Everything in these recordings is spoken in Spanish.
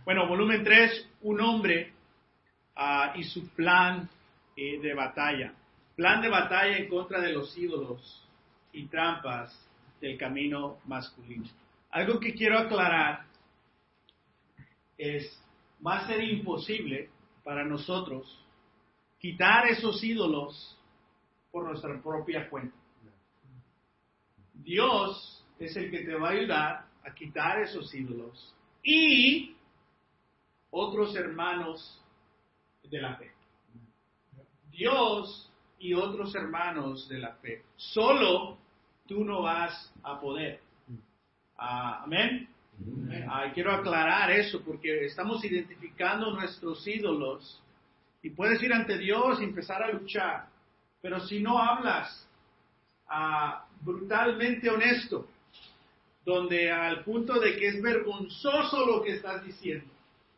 Bueno, volumen 3, un hombre y su plan de batalla. Plan de batalla en contra de los ídolos y trampas del camino masculino. Algo que quiero aclarar es, va a ser imposible para nosotros quitar esos ídolos por nuestra propia cuenta. Dios es el que te va a ayudar a quitar esos ídolos y otros hermanos de la fe. Dios y otros hermanos de la fe. Solo tú no vas a poder. Amén. Quiero aclarar eso porque estamos identificando nuestros ídolos y puedes ir ante Dios y empezar a luchar. Pero si no hablas brutalmente honesto, donde al punto de que es vergonzoso lo que estás diciendo,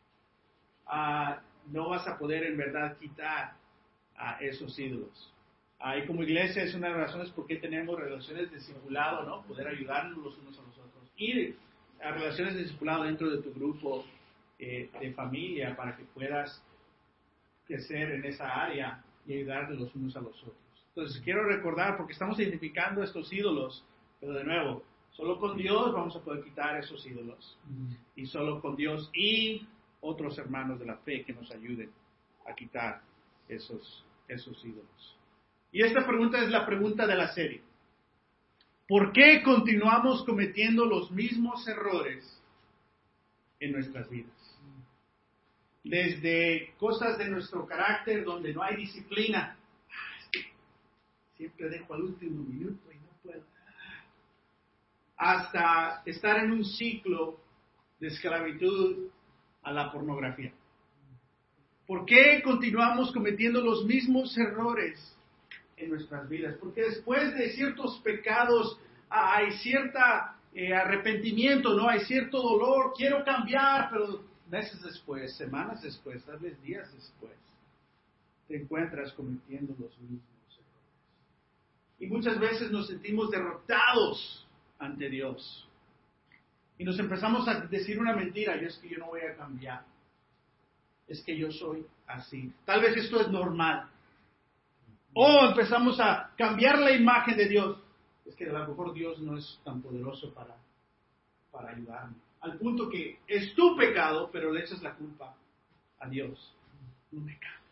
no vas a poder en verdad quitar esos ídolos. Y como iglesia es una de las razones por qué tenemos relaciones de discipulado, ¿no? Poder ayudarnos los unos a los otros. Y a relaciones de discipulado dentro de tu grupo de familia para que puedas crecer en esa área y ayudar los unos a los otros. Entonces quiero recordar, porque estamos identificando estos ídolos, pero de nuevo, solo con Dios vamos a poder quitar esos ídolos. Y solo con Dios y otros hermanos de la fe que nos ayuden a quitar esos ídolos. Y esta pregunta es la pregunta de la serie. ¿Por qué continuamos cometiendo los mismos errores en nuestras vidas? Desde cosas de nuestro carácter donde no hay disciplina. Siempre dejo al último minuto y no puedo. Hasta estar en un ciclo de esclavitud a la pornografía. ¿Por qué continuamos cometiendo los mismos errores en nuestras vidas? Porque después de ciertos pecados hay cierta arrepentimiento, ¿no? Hay cierto dolor, quiero cambiar, pero meses después, semanas después, tal vez días después, te encuentras cometiendo los mismos errores. Y muchas veces nos sentimos derrotados ante Dios. Y nos empezamos a decir una mentira, y es que yo no voy a cambiar. Es que yo soy así. Tal vez esto es normal. O empezamos a cambiar la imagen de Dios. Es que a lo mejor Dios no es tan poderoso para ayudarme. Al punto que es tu pecado, pero le echas la culpa a Dios. No me cambia.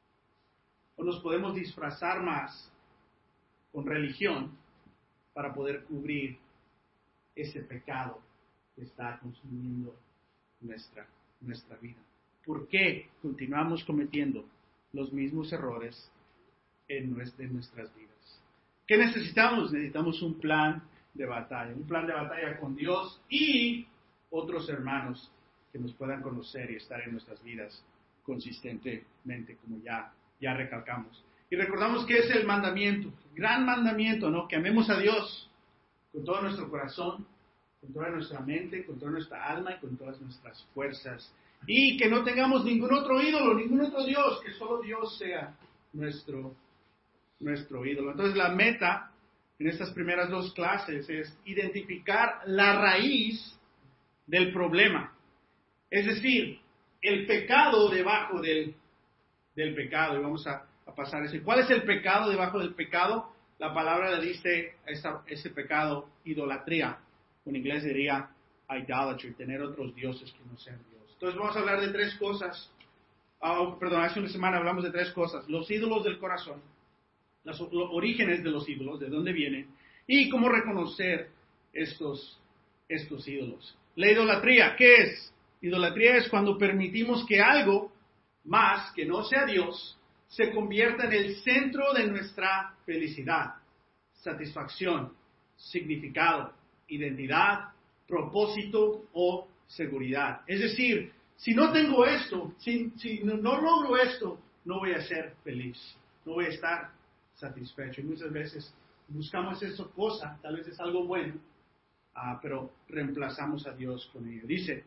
O nos podemos disfrazar más con religión para poder cubrir ese pecado que está consumiendo nuestra vida. ¿Por qué continuamos cometiendo los mismos errores en nuestras vidas? ¿Qué necesitamos? Necesitamos un plan de batalla con Dios y otros hermanos que nos puedan conocer y estar en nuestras vidas consistentemente, como ya recalcamos. Y recordamos que es el mandamiento, gran mandamiento, ¿no? Que amemos a Dios con todo nuestro corazón, con toda nuestra mente, con toda nuestra alma y con todas nuestras fuerzas. Y que no tengamos ningún otro ídolo, ningún otro Dios, que solo Dios sea nuestro ídolo. Entonces la meta en estas primeras dos clases es identificar la raíz del problema. Es decir, el pecado debajo del pecado. Y vamos a pasar eso. ¿Cuál es el pecado debajo del pecado? La palabra le dice ese pecado idolatría. En inglés diría idolatry, tener otros dioses que no sean Dios. Entonces vamos a hablar de tres cosas. Hace una semana hablamos de tres cosas. Los ídolos del corazón, los orígenes de los ídolos, de dónde vienen, y cómo reconocer estos ídolos. La idolatría, ¿qué es? Idolatría es cuando permitimos que algo más que no sea Dios se convierta en el centro de nuestra felicidad, satisfacción, significado, identidad, propósito o seguridad. Es decir, si no tengo esto, si no logro esto, no voy a ser feliz, no voy a estar satisfecho. Y muchas veces buscamos esa cosa, tal vez es algo bueno, pero reemplazamos a Dios con ello. Dice,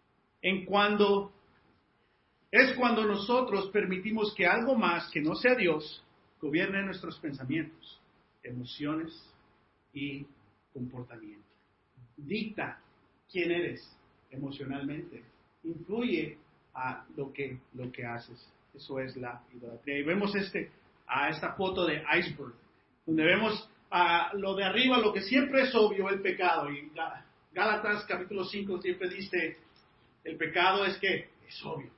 cuando nosotros permitimos que algo más que no sea Dios gobierne nuestros pensamientos, emociones y comportamiento. Dicta quién eres emocionalmente, influye a lo que haces. Eso es la idolatría. Y vemos esta foto de iceberg, donde vemos lo de arriba, lo que siempre es obvio, el pecado. Y Gálatas capítulo 5 siempre dice, el pecado es obvio.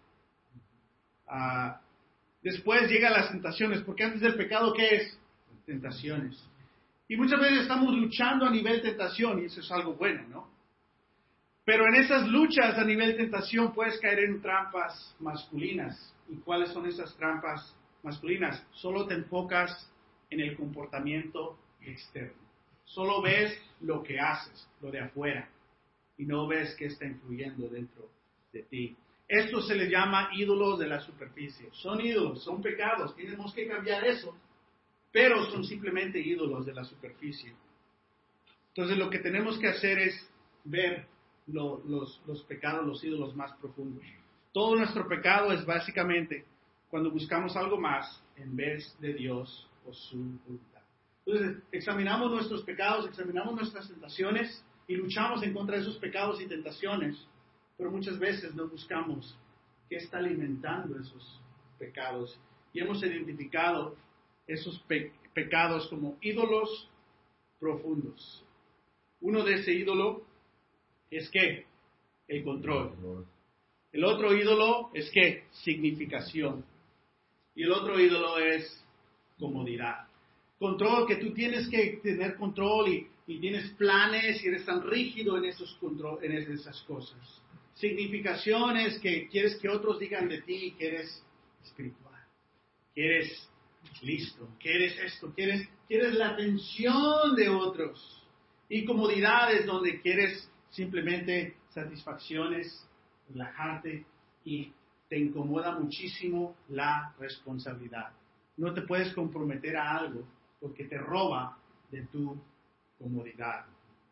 Después llegan las tentaciones, porque antes del pecado, ¿qué es? Tentaciones. Y muchas veces estamos luchando a nivel tentación, y eso es algo bueno, ¿no? Pero en esas luchas a nivel tentación puedes caer en trampas masculinas. ¿Y cuáles son esas trampas masculinas? Solo te enfocas en el comportamiento externo. Solo ves lo que haces, lo de afuera, y no ves qué está influyendo dentro de ti. Esto se le llama ídolos de la superficie. Son ídolos, son pecados, tenemos que cambiar eso, pero son simplemente ídolos de la superficie. Entonces lo que tenemos que hacer es ver los pecados, los ídolos más profundos. Todo nuestro pecado es básicamente cuando buscamos algo más en vez de Dios o su voluntad. Entonces examinamos nuestros pecados, examinamos nuestras tentaciones y luchamos en contra de esos pecados y tentaciones, pero muchas veces no buscamos qué está alimentando esos pecados. Y hemos identificado esos pecados como ídolos profundos. Uno de ese ídolo es el control. El otro ídolo es significación. Y el otro ídolo es comodidad. Control, que tú tienes que tener control y tienes planes y eres tan rígido en esas cosas. Significación es que quieres que otros digan de ti que eres espiritual, que eres listo, que eres esto, quieres la atención de otros. Y comodidad es donde quieres simplemente satisfacciones, relajarte, y te incomoda muchísimo la responsabilidad. No te puedes comprometer a algo porque te roba de tu comodidad.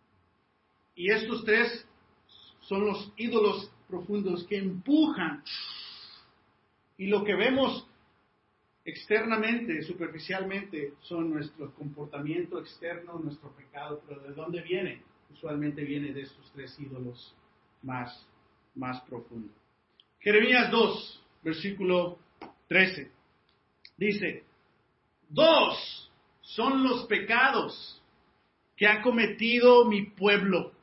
Y estos tres son los ídolos profundos que empujan. Y lo que vemos externamente, superficialmente, son nuestro comportamiento externo, nuestro pecado. Pero ¿de dónde viene? Usualmente viene de estos tres ídolos más profundos. Jeremías 2, versículo 13. Dice, 2 son los pecados que ha cometido mi pueblo.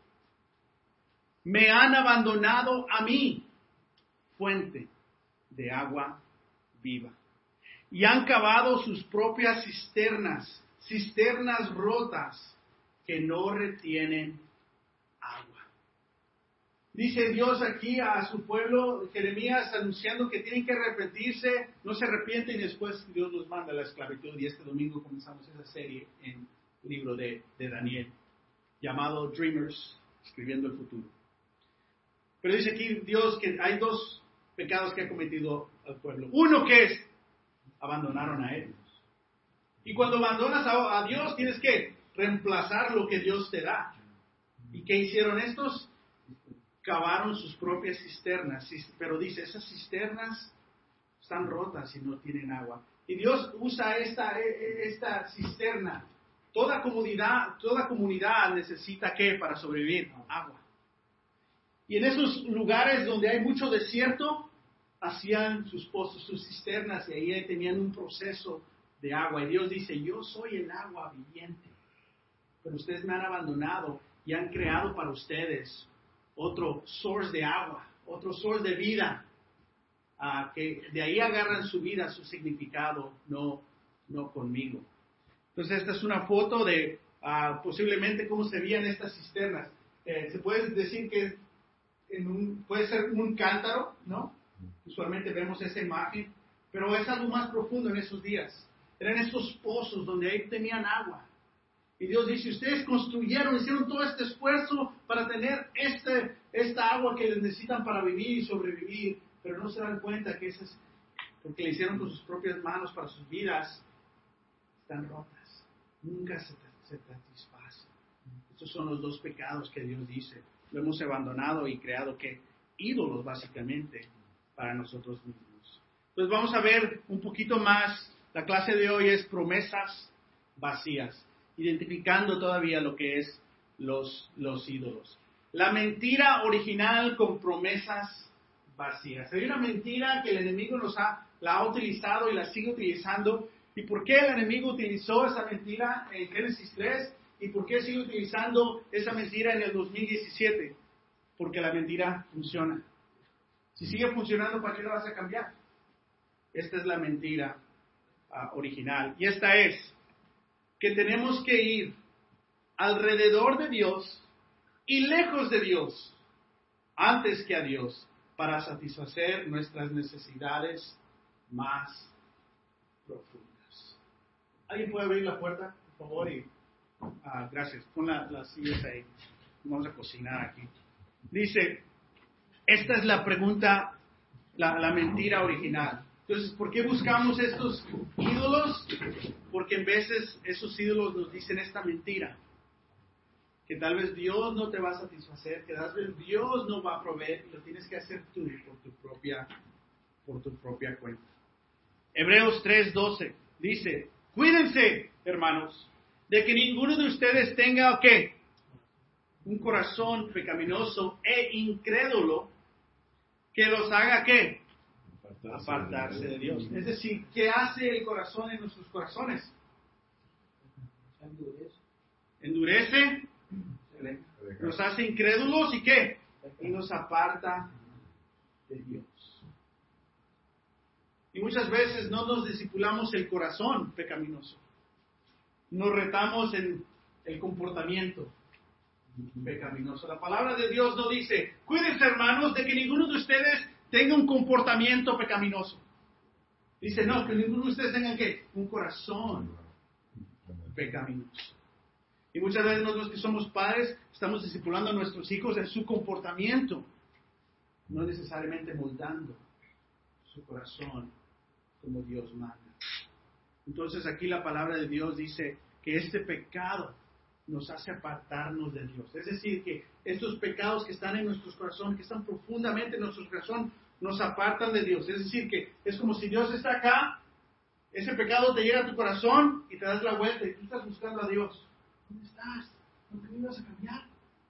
Me han abandonado a mí, fuente de agua viva. Y han cavado sus propias cisternas rotas que no retienen agua. Dice Dios aquí a su pueblo, Jeremías, anunciando que tienen que arrepentirse, no se arrepienten y después Dios los manda a la esclavitud. Y este domingo comenzamos esa serie en el libro de Daniel, llamado Dreamers, escribiendo el futuro. Pero dice aquí Dios que hay 2 pecados que ha cometido al pueblo. Uno que es, abandonaron a Él. Y cuando abandonas a Dios, tienes que reemplazar lo que Dios te da. ¿Y qué hicieron estos? Cavaron sus propias cisternas. Pero dice, esas cisternas están rotas y no tienen agua. Y Dios usa esta cisterna. Toda comunidad necesita ¿qué? Para sobrevivir, agua. Y en esos lugares donde hay mucho desierto, hacían sus pozos, sus cisternas, y ahí tenían un proceso de agua. Y Dios dice, yo soy el agua viviente, pero ustedes me han abandonado y han creado para ustedes otro source de agua, otro source de vida, que de ahí agarran su vida, su significado, no conmigo. Entonces esta es una foto de posiblemente cómo se veían estas cisternas. Se puede decir que puede ser un cántaro, ¿no? Usualmente vemos esa imagen, pero es algo más profundo en esos días. Eran esos pozos donde ahí tenían agua. Y Dios dice, ustedes hicieron todo este esfuerzo para tener esta agua que necesitan para vivir y sobrevivir, pero no se dan cuenta que porque le hicieron con sus propias manos para sus vidas, están rotas. Nunca se satisfacen. Estos son los 2 pecados que Dios dice. Lo hemos abandonado y creado ídolos básicamente para nosotros mismos. Entonces vamos a ver un poquito más. La clase de hoy es promesas vacías, identificando todavía lo que es los ídolos. La mentira original con promesas vacías. Hay una mentira que el enemigo la ha utilizado y la sigue utilizando. ¿Y por qué el enemigo utilizó esa mentira en Génesis 3? ¿Y por qué sigue utilizando esa mentira en el 2017? Porque la mentira funciona. Si sigue funcionando, ¿para qué la vas a cambiar? Esta es la mentira original. Y esta es que tenemos que ir alrededor de Dios y lejos de Dios, antes que a Dios, para satisfacer nuestras necesidades más profundas. ¿Alguien puede abrir la puerta, por favor? Gracias. Pon las sillas ahí. Vamos a cocinar aquí. Dice, esta es la pregunta, la mentira original. Entonces, ¿por qué buscamos estos ídolos? Porque en veces esos ídolos nos dicen esta mentira. Que tal vez Dios no te va a satisfacer, que tal vez Dios no va a proveer, y lo tienes que hacer tú por tu propia cuenta. Hebreos 3:12 dice, cuídense, hermanos, de que ninguno de ustedes tenga, ¿qué? Un corazón pecaminoso e incrédulo que los haga, ¿qué? Apartarse de Dios. Es decir, ¿qué hace el corazón en nuestros corazones? Endurece, nos hace incrédulos y ¿qué? Y nos aparta de Dios. Y muchas veces no nos discipulamos el corazón pecaminoso. Nos retamos en el comportamiento pecaminoso. La palabra de Dios no dice, cuídense hermanos de que ninguno de ustedes tenga un comportamiento pecaminoso. Dice, no, que ninguno de ustedes tenga ¿qué? Un corazón pecaminoso. Y muchas veces nosotros que somos padres estamos discipulando a nuestros hijos en su comportamiento, no necesariamente moldando su corazón como Dios manda. Entonces aquí la palabra de Dios dice que este pecado nos hace apartarnos de Dios. Es decir, que estos pecados que están en nuestros corazones, que están profundamente en nuestro corazón, nos apartan de Dios. Es decir, que es como si Dios está acá, ese pecado te llega a tu corazón y te das la vuelta y tú estás buscando a Dios. ¿Dónde estás? ¿No te ibas a cambiar?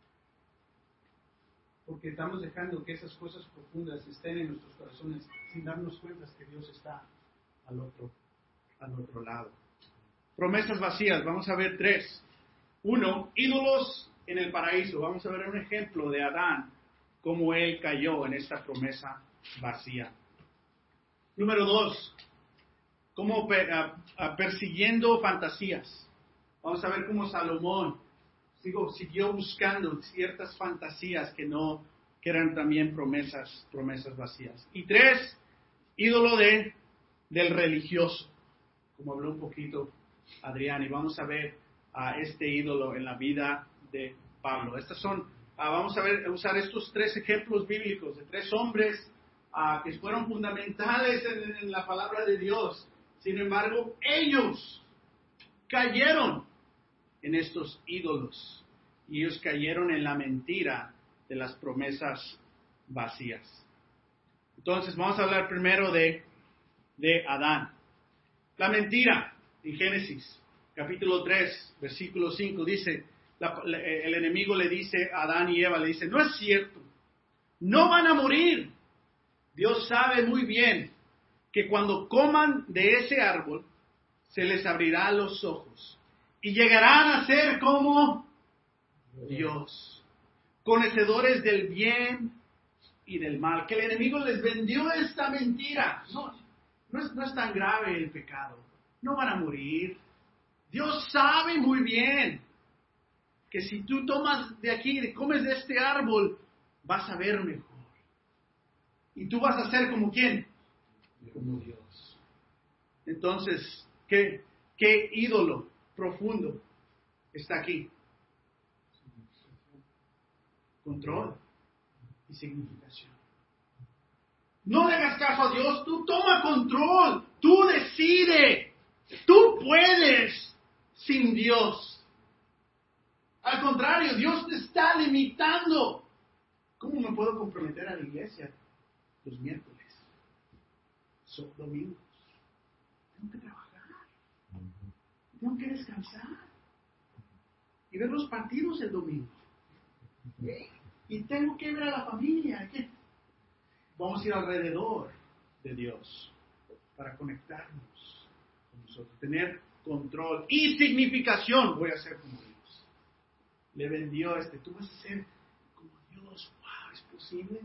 Porque estamos dejando que esas cosas profundas estén en nuestros corazones sin darnos cuenta que Dios está al otro lado. Promesas vacías, vamos a ver 3. 1, ídolos en el paraíso. Vamos a ver un ejemplo de Adán, cómo él cayó en esta promesa vacía. Número 2, cómo persiguiendo fantasías. Vamos a ver cómo Salomón siguió buscando ciertas fantasías que eran también promesas vacías. Y 3, ídolo del religioso, como habló un poquito Adrián, y vamos a ver este ídolo en la vida de Pablo. Vamos a usar estos 3 ejemplos bíblicos de 3 hombres que fueron fundamentales en la palabra de Dios. Sin embargo, ellos cayeron en estos ídolos y ellos cayeron en la mentira de las promesas vacías. Entonces, vamos a hablar primero de Adán. La mentira en Génesis, capítulo 3, versículo 5, dice, el enemigo le dice a Adán y Eva, le dice, no es cierto, no van a morir. Dios sabe muy bien que cuando coman de ese árbol, se les abrirá los ojos y llegarán a ser como Dios, conocedores del bien y del mal. Que el enemigo les vendió esta mentira. No es tan grave el pecado. No van a morir. Dios sabe muy bien que si tú tomas de aquí y comes de este árbol, vas a ver mejor. Y tú vas a ser como ¿quién? Como Dios. Entonces, ¿qué ídolo profundo está aquí? Control y significación. No le hagas caso a Dios, tú toma control, tú decide, tú puedes sin Dios. Al contrario, Dios te está limitando. ¿Cómo me puedo comprometer a la iglesia los miércoles? Son domingos. Tengo que trabajar. Tengo que descansar. Y ver los partidos el domingo. Y tengo que ver a la familia. vamos a ir alrededor de Dios para conectarnos con nosotros, tener control y significación. Voy a ser como Dios. Le vendió tú vas a ser como Dios. Wow, ¿es posible?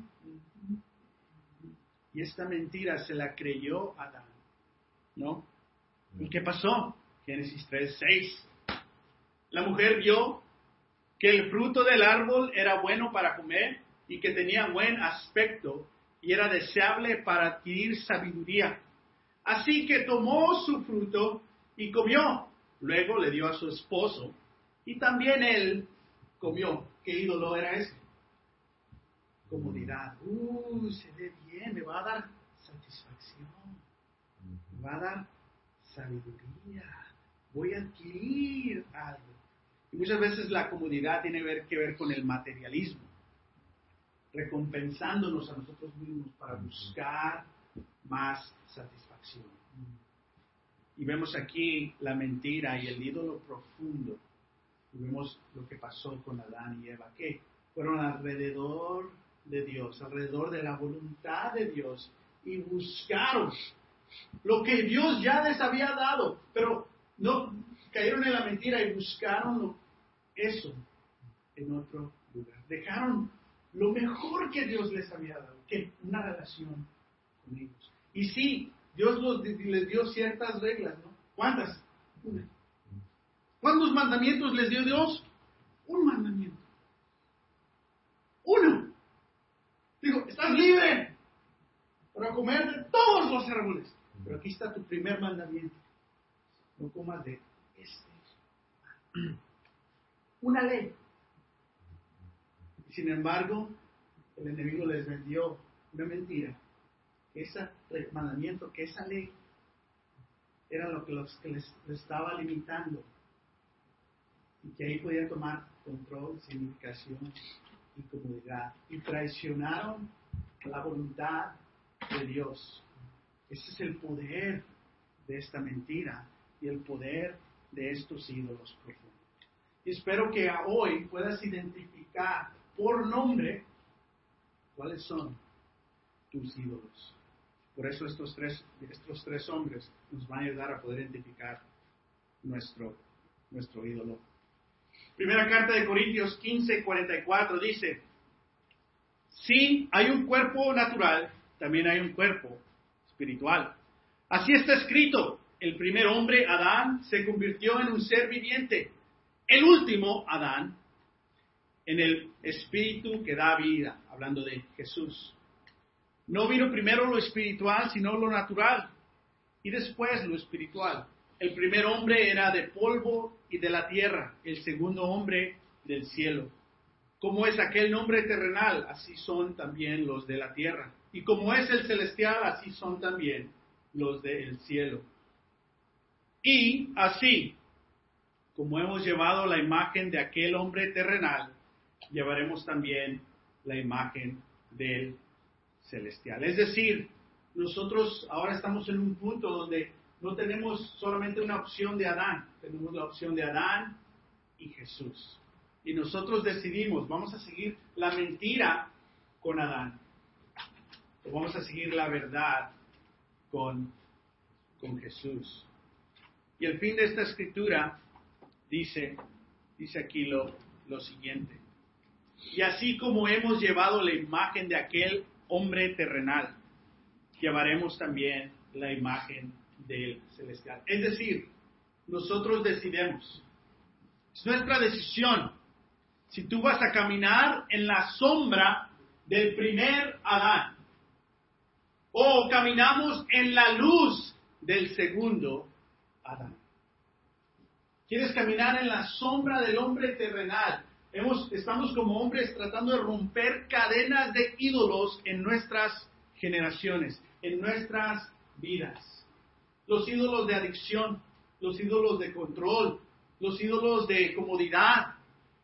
Y esta mentira se la creyó Adán, ¿no? ¿Y qué pasó? Génesis 3:6. La mujer vio que el fruto del árbol era bueno para comer y que tenía buen aspecto y era deseable para adquirir sabiduría. Así que tomó su fruto y comió. Luego le dio a su esposo y también él comió. ¿Qué ídolo era ese? Comodidad. Se ve bien, me va a dar satisfacción, me va a dar sabiduría, voy a adquirir algo. Y muchas veces la comodidad tiene que ver con el materialismo, recompensándonos a nosotros mismos para buscar más satisfacción. Y vemos aquí la mentira y el ídolo profundo. Y vemos lo que pasó con Adán y Eva, que fueron alrededor de Dios, alrededor de la voluntad de Dios, y buscaron lo que Dios ya les había dado, pero no cayeron en la mentira y buscaron eso en otro lugar. Dejaron lo mejor que Dios les había dado, que una relación con ellos. Y sí, Dios les dio ciertas reglas, ¿no? ¿Cuántas? Una. ¿Cuántos mandamientos les dio Dios? Un mandamiento. Uno. Digo, estás libre para comer de todos los árboles. Pero aquí está tu primer mandamiento. No comas de una ley. Sin embargo, el enemigo les vendió una mentira. Que ese mandamiento, que esa ley, era lo que les estaba limitando. Y que ahí podían tomar control, significación y comodidad. Y traicionaron la voluntad de Dios. Ese es el poder de esta mentira y el poder de estos ídolos profundos. Y espero que hoy puedas identificar por nombre cuáles son tus ídolos. Por eso estos tres hombres nos van a ayudar a poder identificar nuestro ídolo. Primera carta de Corintios 15:44 dice: sí, hay un cuerpo natural, también hay un cuerpo espiritual. Así está escrito: el primer hombre, Adán, se convirtió en un ser viviente. El último, Adán, en el espíritu que da vida, hablando de Jesús. No vino primero lo espiritual, sino lo natural, y después lo espiritual. El primer hombre era de polvo y de la tierra, el segundo hombre del cielo. Como es aquel nombre terrenal, así son también los de la tierra. Y como es el celestial, así son también los del cielo. Y así, como hemos llevado la imagen de aquel hombre terrenal, llevaremos también la imagen del celestial. Es decir, nosotros ahora estamos en un punto donde no tenemos solamente una opción de Adán, tenemos la opción de Adán y Jesús. Y nosotros decidimos, ¿vamos a seguir la mentira con Adán o vamos a seguir la verdad con Jesús? Y el fin de esta escritura dice aquí lo siguiente: y así como hemos llevado la imagen de aquel hombre terrenal, llevaremos también la imagen del celestial. Es decir, nosotros decidimos. Es nuestra decisión. Si tú vas a caminar en la sombra del primer Adán, o caminamos en la luz del segundo Adán. ¿Quieres caminar en la sombra del hombre terrenal? Estamos como hombres tratando de romper cadenas de ídolos en nuestras generaciones, en nuestras vidas. Los ídolos de adicción, los ídolos de control, los ídolos de comodidad,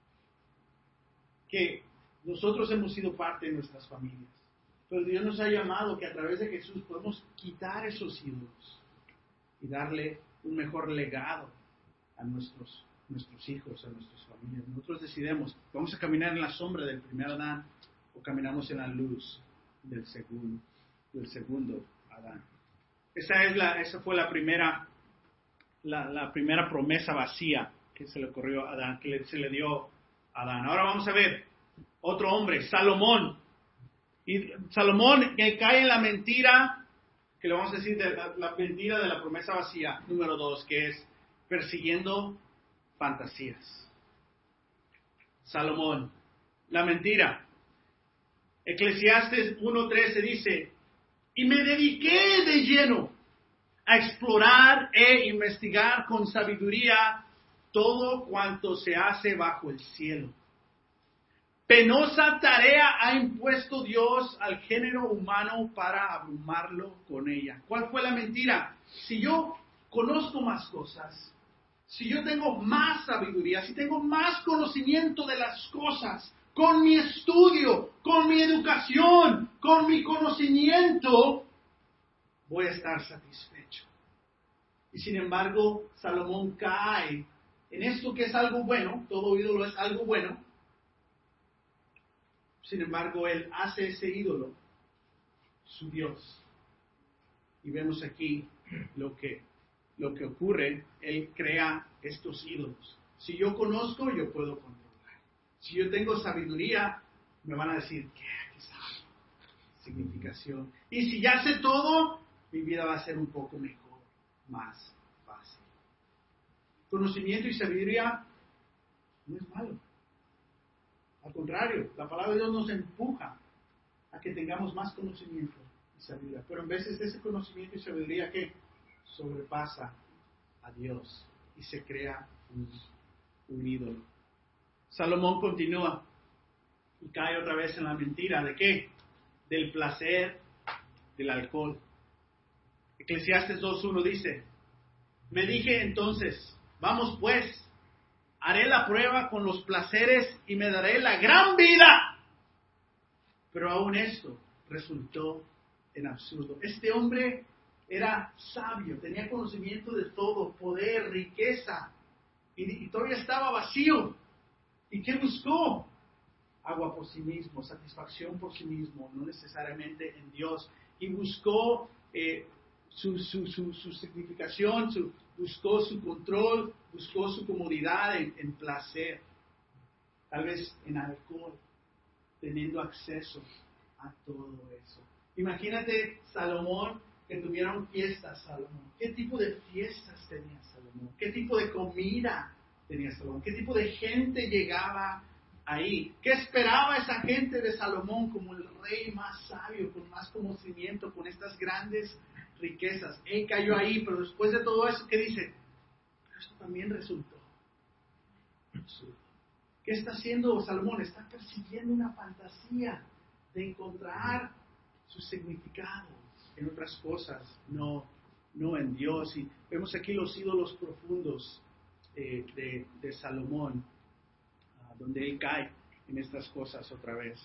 que nosotros hemos sido parte de nuestras familias. Pero Dios nos ha llamado que a través de Jesús podemos quitar esos ídolos y darle un mejor legado a nuestros hijos, a nuestras familias. Nosotros decidimos, ¿vamos a caminar en la sombra del primer Adán o caminamos en la luz del segundo del segundo Adán. Esa fue la primera promesa vacía que se le ocurrió a Adán, que se le dio a Adán. Ahora vamos a ver otro hombre, Salomón. Y Salomón que cae en la mentira, que le vamos a decir, la mentira de la promesa vacía, número 2, que es persiguiendo fantasías. Salomón, la mentira. Eclesiastes 1:13 dice, y me dediqué de lleno a explorar e investigar con sabiduría todo cuanto se hace bajo el cielo. Penosa tarea ha impuesto Dios al género humano para abrumarlo con ella. ¿Cuál fue la mentira? Si yo conozco más cosas, si yo tengo más sabiduría, si tengo más conocimiento de las cosas, con mi estudio, con mi educación, con mi conocimiento, voy a estar satisfecho. Y sin embargo, Salomón cae en esto que es algo bueno, todo ídolo es algo bueno. Sin embargo, él hace ese ídolo su Dios. Y vemos aquí lo que ocurre. Él crea estos ídolos. Si yo conozco, yo puedo controlar. Si yo tengo sabiduría, me van a decir, ¿qué sabe? Significación. Y si ya sé todo, mi vida va a ser un poco mejor, más fácil. Conocimiento y sabiduría no es malo. Al contrario, la palabra de Dios nos empuja a que tengamos más conocimiento y sabiduría. Pero en veces ese conocimiento y sabiduría que sobrepasa a Dios y se crea un ídolo. Salomón continúa y cae otra vez en la mentira. ¿De qué? Del placer del alcohol. Eclesiastes 2:1 dice, me dije entonces, vamos pues, haré la prueba con los placeres y me daré la gran vida. Pero aún esto resultó en absurdo. Este hombre era sabio, tenía conocimiento de todo, poder, riqueza, y todavía estaba vacío. ¿Y qué buscó? Agua por sí mismo, satisfacción por sí mismo, no necesariamente en Dios. Y buscó su significación, buscó su control, buscó su comodidad en placer, tal vez en alcohol, teniendo acceso a todo eso. Imagínate Salomón, que tuvieron fiestas Salomón. ¿Qué tipo de fiestas tenía Salomón? ¿Qué tipo de comida tenía Salomón? ¿Qué tipo de gente llegaba ahí? ¿Qué esperaba esa gente de Salomón como el rey más sabio, con más conocimiento, con estas grandes riquezas? Él cayó ahí, pero después de todo eso, ¿qué dice? Pero esto también resultó absurdo. ¿Qué está haciendo Salomón? Está persiguiendo una fantasía de encontrar su significado en otras cosas, no en Dios. Y vemos aquí los ídolos profundos de Salomón, donde él cae en estas cosas otra vez.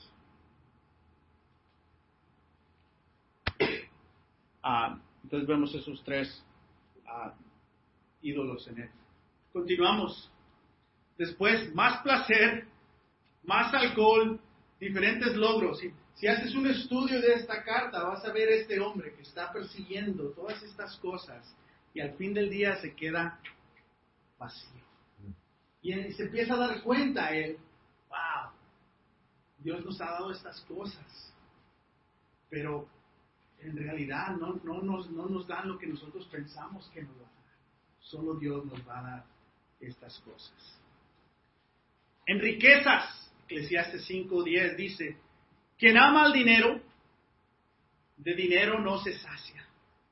Entonces vemos esos tres ídolos en él. Continuamos. Después, más placer, más alcohol, diferentes logros. Si haces un estudio de esta carta, vas a ver este hombre que está persiguiendo todas estas cosas y al fin del día se queda vacío. Y se empieza a dar cuenta él, wow, Dios nos ha dado estas cosas, pero en realidad no nos dan lo que nosotros pensamos que nos va a dar. Solo Dios nos va a dar estas cosas. En riquezas, Eclesiastes 5:10 dice, quien ama el dinero, de dinero no se sacia.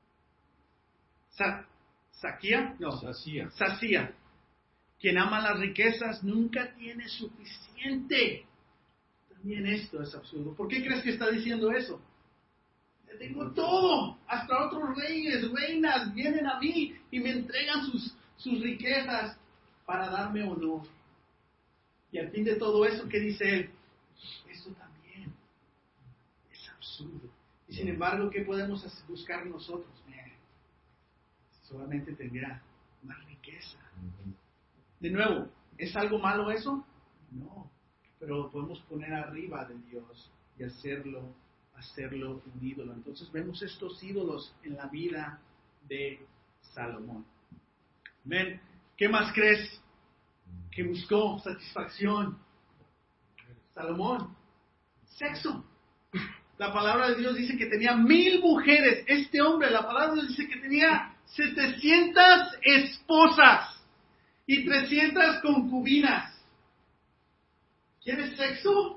¿Sacia? No. Sacia. Quien ama las riquezas nunca tiene suficiente. También esto es absurdo. ¿Por qué crees que está diciendo eso? Tengo todo. Hasta otros reyes, reinas vienen a mí y me entregan sus riquezas para darme honor. Y al fin de todo eso, ¿qué dice él? Eso también es absurdo. Y sin embargo, ¿qué podemos buscar nosotros? Solamente tendría más riqueza. De nuevo, ¿es algo malo eso? No. Pero lo podemos poner arriba de Dios y hacerlo hacerlo un ídolo. Entonces vemos estos ídolos en la vida de Salomón. Amén. ¿Qué más crees que buscó satisfacción Salomón? Sexo. La palabra de Dios dice que tenía 1000 mujeres. Este hombre, la palabra de Dios dice que tenía 700 esposas y 300 concubinas. ¿Quieres sexo?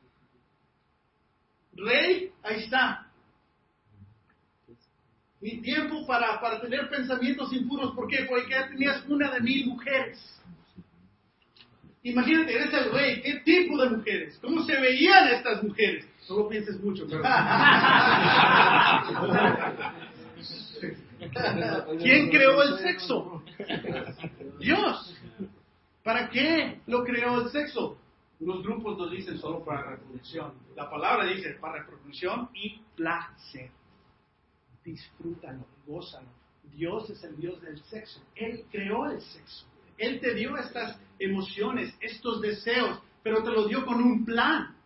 Rey, ahí está. Mi tiempo para tener pensamientos impuros. ¿Por qué? Porque ya tenías una de 1000 mujeres. Imagínate, eres el rey. ¿Qué tipo de mujeres? ¿Cómo se veían estas mujeres? No lo pienses mucho, pero... ¿Quién creó el sexo? Dios. ¿Para qué lo creó el sexo? Los grupos nos dicen solo para reproducción. La palabra dice para reproducción y placer. Disfrútalo, gózalo. Dios es el Dios del sexo. Él creó el sexo. Él te dio estas emociones, estos deseos, pero te los dio con un plan.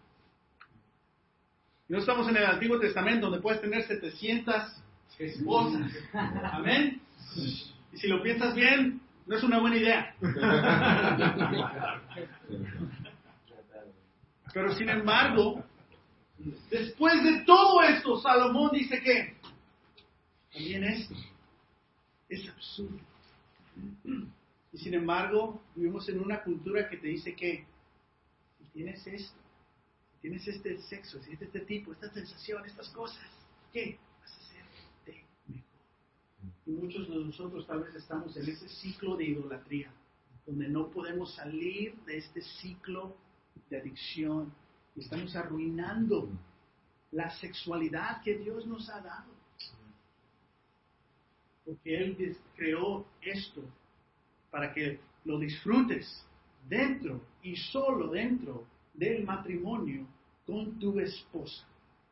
No estamos en el Antiguo Testamento donde puedes tener 700 esposas. Amén. Y si lo piensas bien, no es una buena idea. Pero sin embargo, después de todo esto, Salomón dice que también esto es absurdo. Y sin embargo, vivimos en una cultura que te dice que si tienes esto, si tienes este sexo, si tienes este tipo, esta sensación, estas cosas, ¿qué? Vas a hacerte mejor. Y muchos de nosotros tal vez estamos en ese ciclo de idolatría, donde no podemos salir de este ciclo de adicción. Y estamos arruinando la sexualidad que Dios nos ha dado. Porque Él creó esto para que lo disfrutes dentro y solo dentro del matrimonio con tu esposa.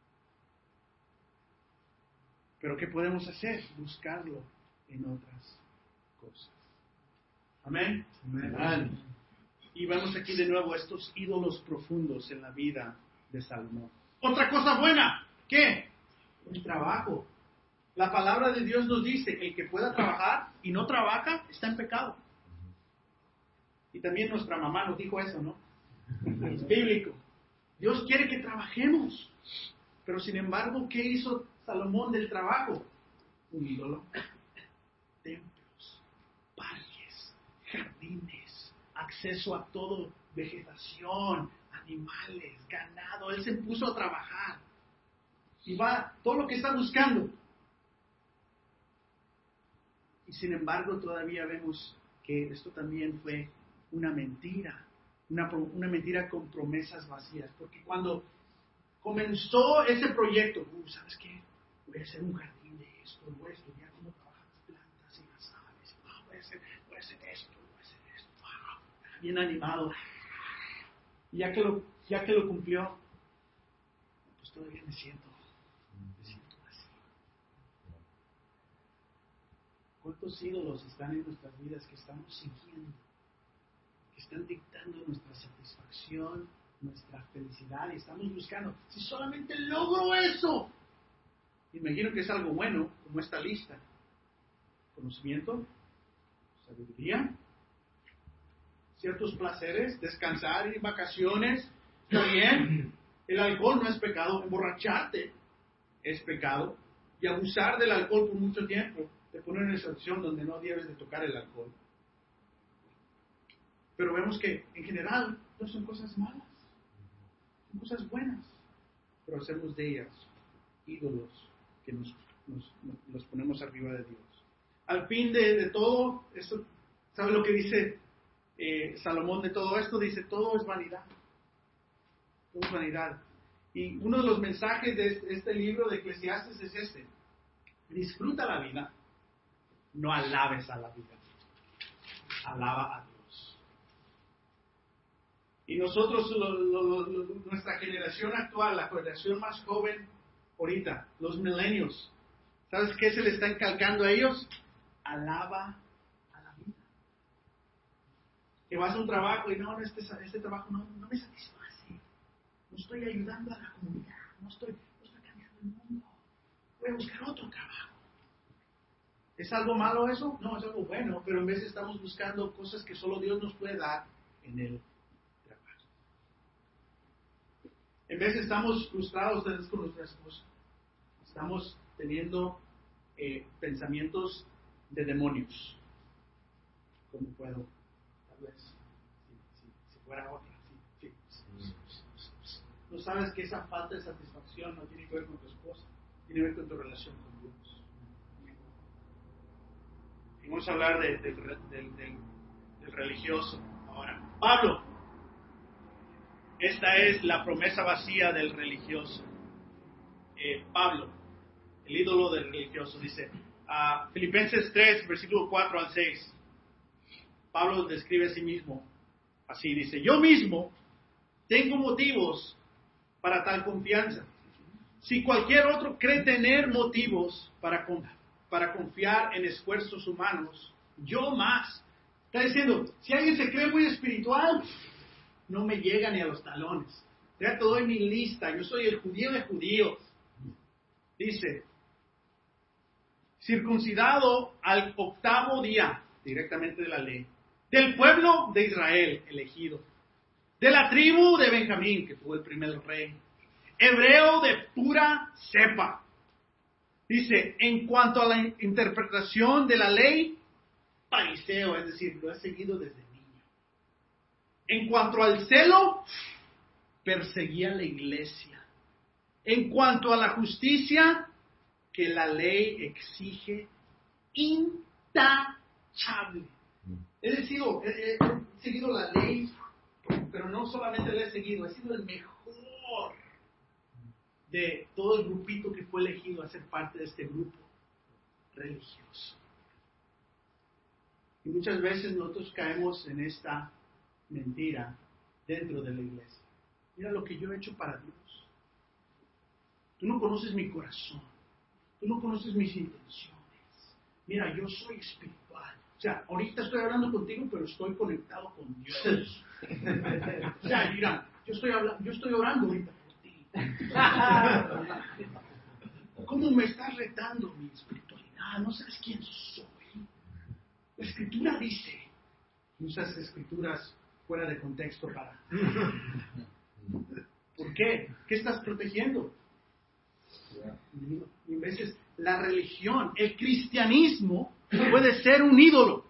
Pero ¿qué podemos hacer? Buscarlo en otras cosas. Amén. Amén. Y vemos aquí de nuevo estos ídolos profundos en la vida de Salomón. Otra cosa buena, ¿qué? El trabajo. La palabra de Dios nos dice que el que pueda trabajar y no trabaja está en pecado. Y también nuestra mamá nos dijo eso, ¿no? Es bíblico. Dios quiere que trabajemos. Pero sin embargo, ¿qué hizo Salomón del trabajo? Un ídolo. Templos, parques, jardines, acceso a todo, vegetación, animales, ganado. Él se puso a trabajar. Y va todo lo que está buscando. Y sin embargo, todavía vemos que esto también fue una mentira. Una mentira con promesas vacías. Porque cuando comenzó ese proyecto, ¿sabes qué? Voy a hacer un jardín de esto, voy a estudiar cómo trabajan las plantas y las aves. Voy a hacer esto, voy a hacer esto. Bien animado. Y ya que lo cumplió, pues todavía me siento así. ¿Cuántos ídolos están en nuestras vidas que estamos siguiendo? Que están dictando nuestra satisfacción, nuestra felicidad, y estamos buscando, si solamente logro eso. Imagino que es algo bueno, como esta lista. Conocimiento, sabiduría, ciertos placeres, descansar y vacaciones, está bien. El alcohol no es pecado, emborracharte es pecado, y abusar del alcohol por mucho tiempo te pone en una situación donde no debes de tocar el alcohol. Pero vemos que en general no son cosas malas, son cosas buenas, pero hacemos de ellas ídolos que nos ponemos arriba de Dios. Al fin de todo, esto, ¿sabe lo que dice Salomón de todo esto? Dice, todo es vanidad. Todo es vanidad. Y uno de los mensajes de este libro de Eclesiastes es este. Disfruta la vida, no alabes a la vida. Alaba a Dios. Y nosotros, nuestra generación actual, la generación más joven ahorita, los millennials, ¿sabes qué se le está encalcando a ellos? Alaba a la vida. Que vas a un trabajo y no, este trabajo no me satisface. No estoy ayudando a la comunidad. No estoy el mundo. Voy a buscar otro trabajo. ¿Es algo malo eso? No, es algo bueno, pero en vez estamos buscando cosas que solo Dios nos puede dar en el trabajo. En vez estamos frustrados con nuestra esposa. Estamos teniendo pensamientos de demonios. ¿Cómo puedo? Tal vez, si fuera otra. No sabes que esa falta de satisfacción no tiene que ver con tu esposa, tiene que ver con tu relación con Dios. Y vamos a hablar del religioso ahora. Pablo, esta es la promesa vacía del religioso. Pablo, el ídolo del religioso, dice, Filipenses 3, versículo 4 al 6. Pablo describe a sí mismo así, dice, yo mismo tengo motivos para tal confianza. Si cualquier otro cree tener motivos para confiar en esfuerzos humanos, yo más. Está diciendo, si alguien se cree muy espiritual, no me llega ni a los talones. Ya te doy mi lista, yo soy el judío de judíos. Dice, circuncidado al 8º día, directamente de la ley, del pueblo de Israel, elegido, de la tribu de Benjamín, que fue el primer rey, hebreo de pura cepa. Dice, en cuanto a la interpretación de la ley, fariseo, es decir, lo he seguido desde niño. En cuanto al celo, perseguía la iglesia. En cuanto a la justicia, que la ley exige, intachable. He seguido la ley, pero no solamente la he seguido, he sido el mejor de todo el grupito que fue elegido a ser parte de este grupo religioso. Y muchas veces nosotros caemos en esta mentira dentro de la iglesia. Mira lo que yo he hecho para Dios. Tú no conoces mi corazón. Tú no conoces mis intenciones. Mira, yo soy espiritual. O sea, ahorita estoy hablando contigo, pero estoy conectado con Dios. O sea, mira, yo estoy orando ahorita por ti. ¿Cómo me estás retando mi espiritualidad? No sabes quién soy. La Escritura dice, usas escrituras fuera de contexto para... ¿Por qué? ¿Qué estás protegiendo? Y a veces la religión, el cristianismo puede ser un ídolo.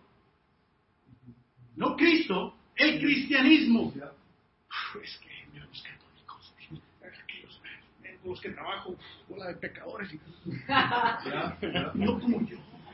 No Cristo, el cristianismo. Es que mira, los católicos, aquellos con los que trabajo, bola de pecadores. No como yo.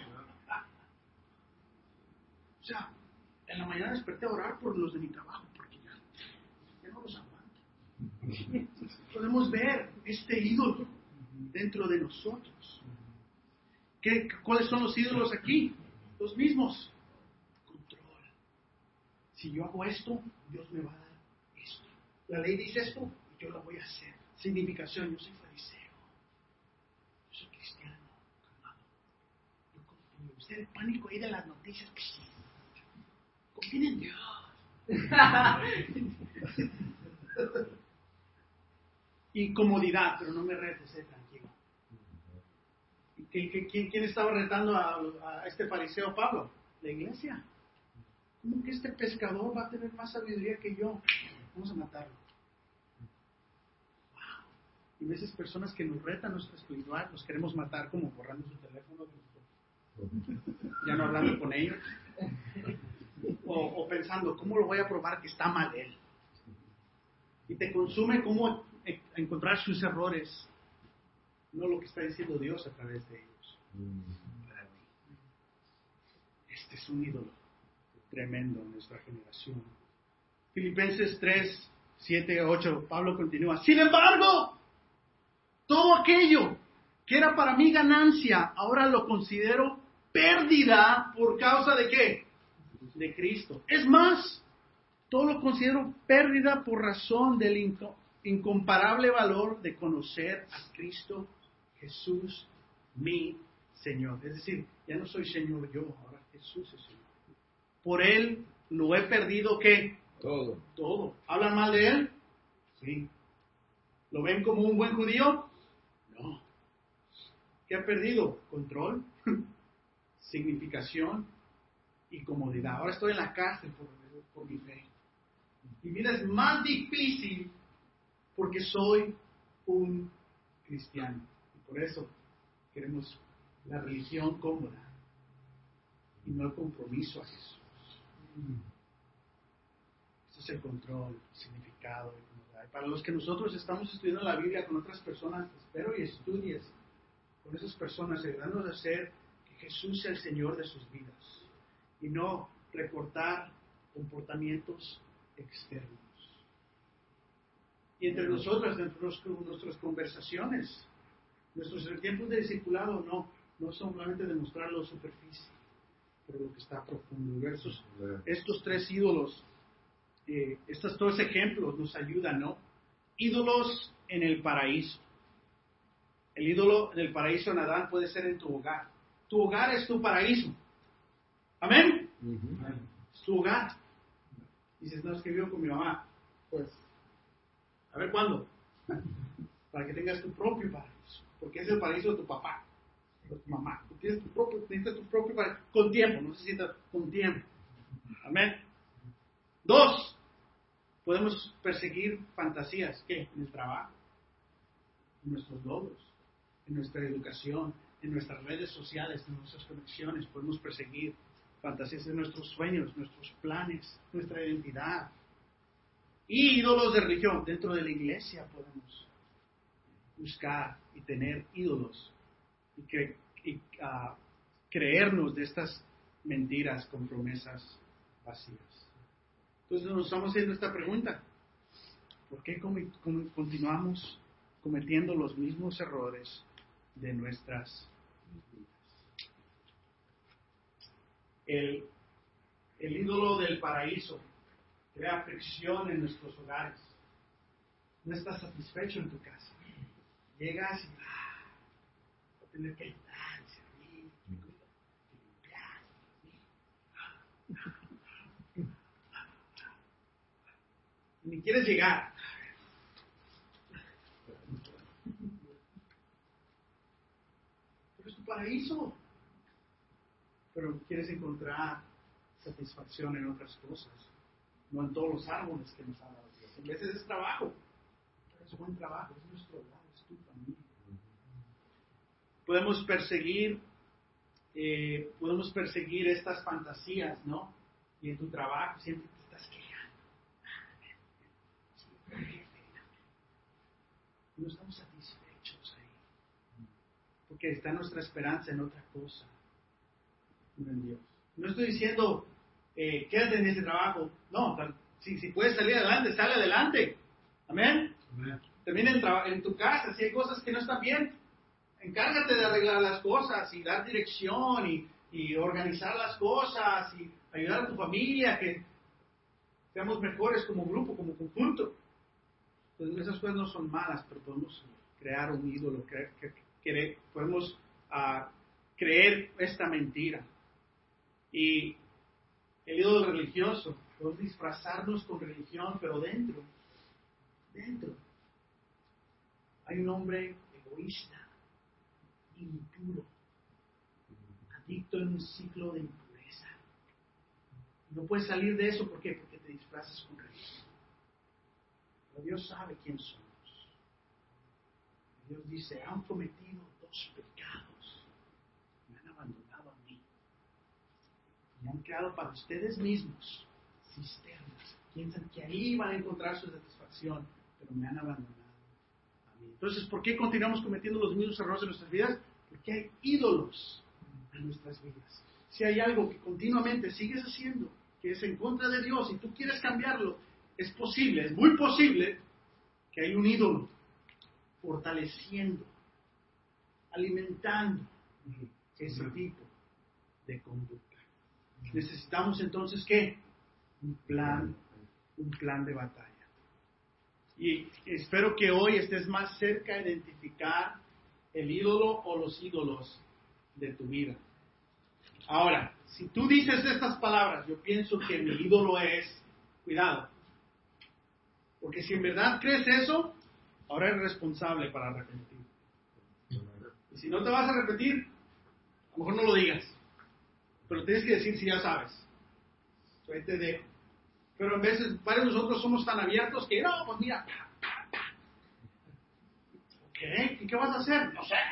O sea, en la mañana desperté a orar por los de mi trabajo, porque ya no los aguanto. Podemos ver este ídolo dentro de nosotros. ¿Cuáles son los ídolos aquí? Los mismos. Control. Si yo hago esto, Dios me va a dar esto. La ley dice esto, y yo lo voy a hacer. Significación, yo soy fariseo. Yo soy cristiano, calmado. Yo confío. Usted el pánico ahí de las noticias, que sí. Confíen en Dios. Y comodidad, pero no me retes, tranquilo. ¿Quién estaba retando a este fariseo Pablo? La iglesia. ¿Cómo que este pescador va a tener más sabiduría que yo? Vamos a matarlo. Wow. Y a veces personas que nos retan nuestra espiritualidad los queremos matar, como borrando su teléfono, ya no hablando con ellos. O pensando, ¿cómo lo voy a probar que está mal él? Y te consume cómo encontrar sus errores, no lo que está diciendo Dios a través de ellos. Este es un ídolo tremendo en nuestra generación. Filipenses 3, 7, 8, Pablo continúa. Sin embargo, todo aquello que era para mí ganancia, ahora lo considero pérdida por causa de ¿qué? De Cristo. Es más, todo lo considero pérdida por razón del incomparable valor de conocer a Cristo Jesús, mi Señor. Es decir, ya no soy Señor yo, ahora Jesús es Señor. Por Él lo he perdido, ¿qué? Todo. Todo. ¿Hablan mal de Él? Sí. ¿Lo ven como un buen judío? No. ¿Qué ha perdido? Control, significación y comodidad. Ahora estoy en la cárcel por mi fe. Mi vida es más difícil porque soy un cristiano. Y por eso queremos la religión cómoda y no el compromiso a Jesús. Esto es el control, el significado y comodidad. Y para los que nosotros estamos estudiando la Biblia con otras personas, espero y estudies con esas personas, ayudándonos a hacer que Jesús sea el Señor de sus vidas y no recortar comportamientos externos. Y entre nosotras, dentro de nuestras conversaciones, nuestros tiempos de discipulado no son solamente demostrar lo superficie, pero lo que está profundo. Estos tres ídolos, estos dos ejemplos nos ayudan, ¿no? Ídolos en el paraíso. El ídolo del paraíso en Adán puede ser en tu hogar. Tu hogar es tu paraíso. ¿Amén? Es tu hogar. Dices, no, es que vivo con mi mamá. Pues, a ver cuándo. Para que tengas tu propio paraíso. Porque es el paraíso de tu papá, de tu mamá. Tú tienes necesitas tu propio paraíso. Con tiempo, no necesitas con tiempo. Amén. 2. Podemos perseguir fantasías. ¿Qué? En el trabajo. En nuestros logros. En nuestra educación, en nuestras redes sociales, en nuestras conexiones, podemos perseguir fantasías de nuestros sueños, nuestros planes, nuestra identidad. Y ídolos de religión. Dentro de la iglesia podemos buscar y tener ídolos y creernos de estas mentiras con promesas vacías. Entonces nos estamos haciendo esta pregunta. ¿Por qué continuamos cometiendo los mismos errores de nuestras vidas? El ídolo del paraíso crea fricción en nuestros hogares. No estás satisfecho en tu casa. Llegas y vas a tener que ayudar, servir, limpiar. Ni quieres llegar. Paraíso, pero quieres encontrar satisfacción en otras cosas, no en todos los árboles que nos ha dado Dios. En veces es trabajo, pero es buen trabajo, es nuestro hogar, es tu familia. Podemos perseguir estas fantasías, ¿no? Y en tu trabajo siempre te estás quejando. No estamos satisfechos ahí. Porque está nuestra esperanza en otra cosa, no en Dios. No estoy diciendo, quédate en ese trabajo. No, si puedes salir adelante, sale adelante. Amén. También en tu casa, si hay cosas que no están bien, encárgate de arreglar las cosas y dar dirección y organizar las cosas y ayudar a tu familia, que seamos mejores como grupo, como conjunto. Entonces esas cosas no son malas, pero podemos crear un ídolo, podemos creer esta mentira. Y el ídolo religioso, podemos disfrazarnos con religión, pero dentro hay un hombre egoísta, impuro, adicto en un ciclo de impureza. No puedes salir de eso, ¿por qué? Porque te disfrazas con religión. Pero Dios sabe quién somos. Dios dice, han cometido 2 pecados, me han abandonado a mí y han creado para ustedes mismos cisternas. Piensan que ahí van a encontrar su satisfacción, pero me han abandonado a mí. Entonces, ¿por qué continuamos cometiendo los mismos errores en nuestras vidas? Porque hay ídolos en nuestras vidas. Si hay algo que continuamente sigues haciendo, que es en contra de Dios y tú quieres cambiarlo, es posible, es muy posible que hay un ídolo fortaleciendo, alimentando ese tipo de conducta. Necesitamos entonces, ¿qué? Un plan de batalla. Y espero que hoy estés más cerca de identificar el ídolo o los ídolos de tu vida. Ahora, si tú dices estas palabras, yo pienso que mi ídolo es, cuidado, porque si en verdad crees eso, ahora eres responsable para arrepentir. Y si no te vas a repetir, a lo mejor no lo digas. Pero tienes que decir si ya sabes. Ahí te dejo. Pero a veces, varios de nosotros somos tan abiertos que, no, pues mira. ¿Qué? ¿Qué vas a hacer? No sé.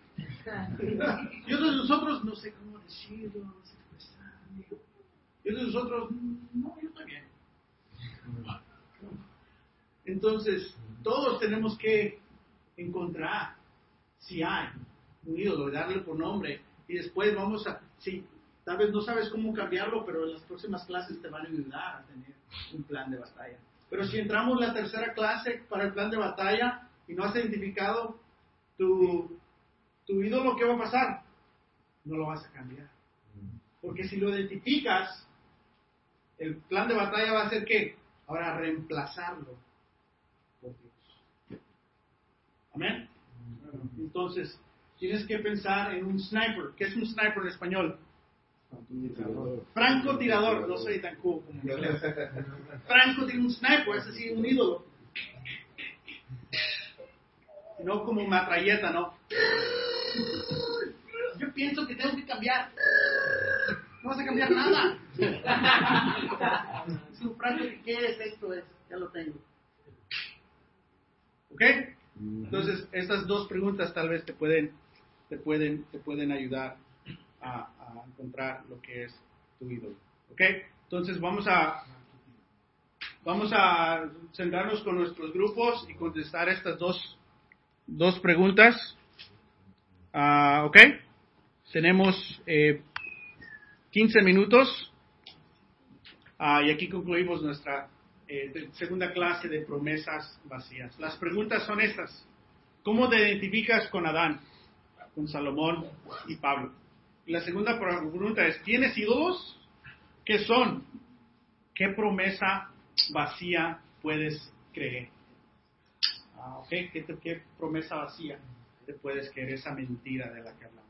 Y otros de nosotros, no sé cómo decirlo, no sé expresarme. Y otros de nosotros, no, yo estoy bien. Entonces, todos tenemos que encontrar si hay un ídolo, darle por nombre. Y después vamos a, sí, tal vez no sabes cómo cambiarlo, pero en las próximas clases te van a ayudar a tener un plan de batalla. Pero si entramos en la tercera clase para el plan de batalla y no has identificado tu ídolo, ¿qué va a pasar? No lo vas a cambiar. Porque si lo identificas, el plan de batalla va a ser ¿qué? Ahora reemplazarlo por Dios. ¿Amén? Entonces, tienes que pensar en un sniper. ¿Qué es un sniper en español? Francotirador. No soy tan cool como inglés. Franco tiene un sniper, es así, un ídolo. No como matralleta, ¿no? Yo pienso que tengo que cambiar. No vas a cambiar nada. Si un Franco que quieres, esto es, ya lo tengo. ¿Ok? Entonces, estas dos preguntas tal vez te pueden ayudar a encontrar lo que es tu ídolo. ¿Ok? Entonces, vamos a centrarnos con nuestros grupos y contestar estas dos preguntas. ¿Ok? Tenemos 15 minutos y aquí concluimos nuestra segunda clase de promesas vacías. Las preguntas son estas. ¿Cómo te identificas con Adán, con Salomón y Pablo? Y la segunda pregunta es, ¿tienes ídolos? ¿Qué son? ¿Qué promesa vacía puedes creer? ¿Ok? ¿Qué promesa vacía te puedes creer? Esa mentira de la que hablamos.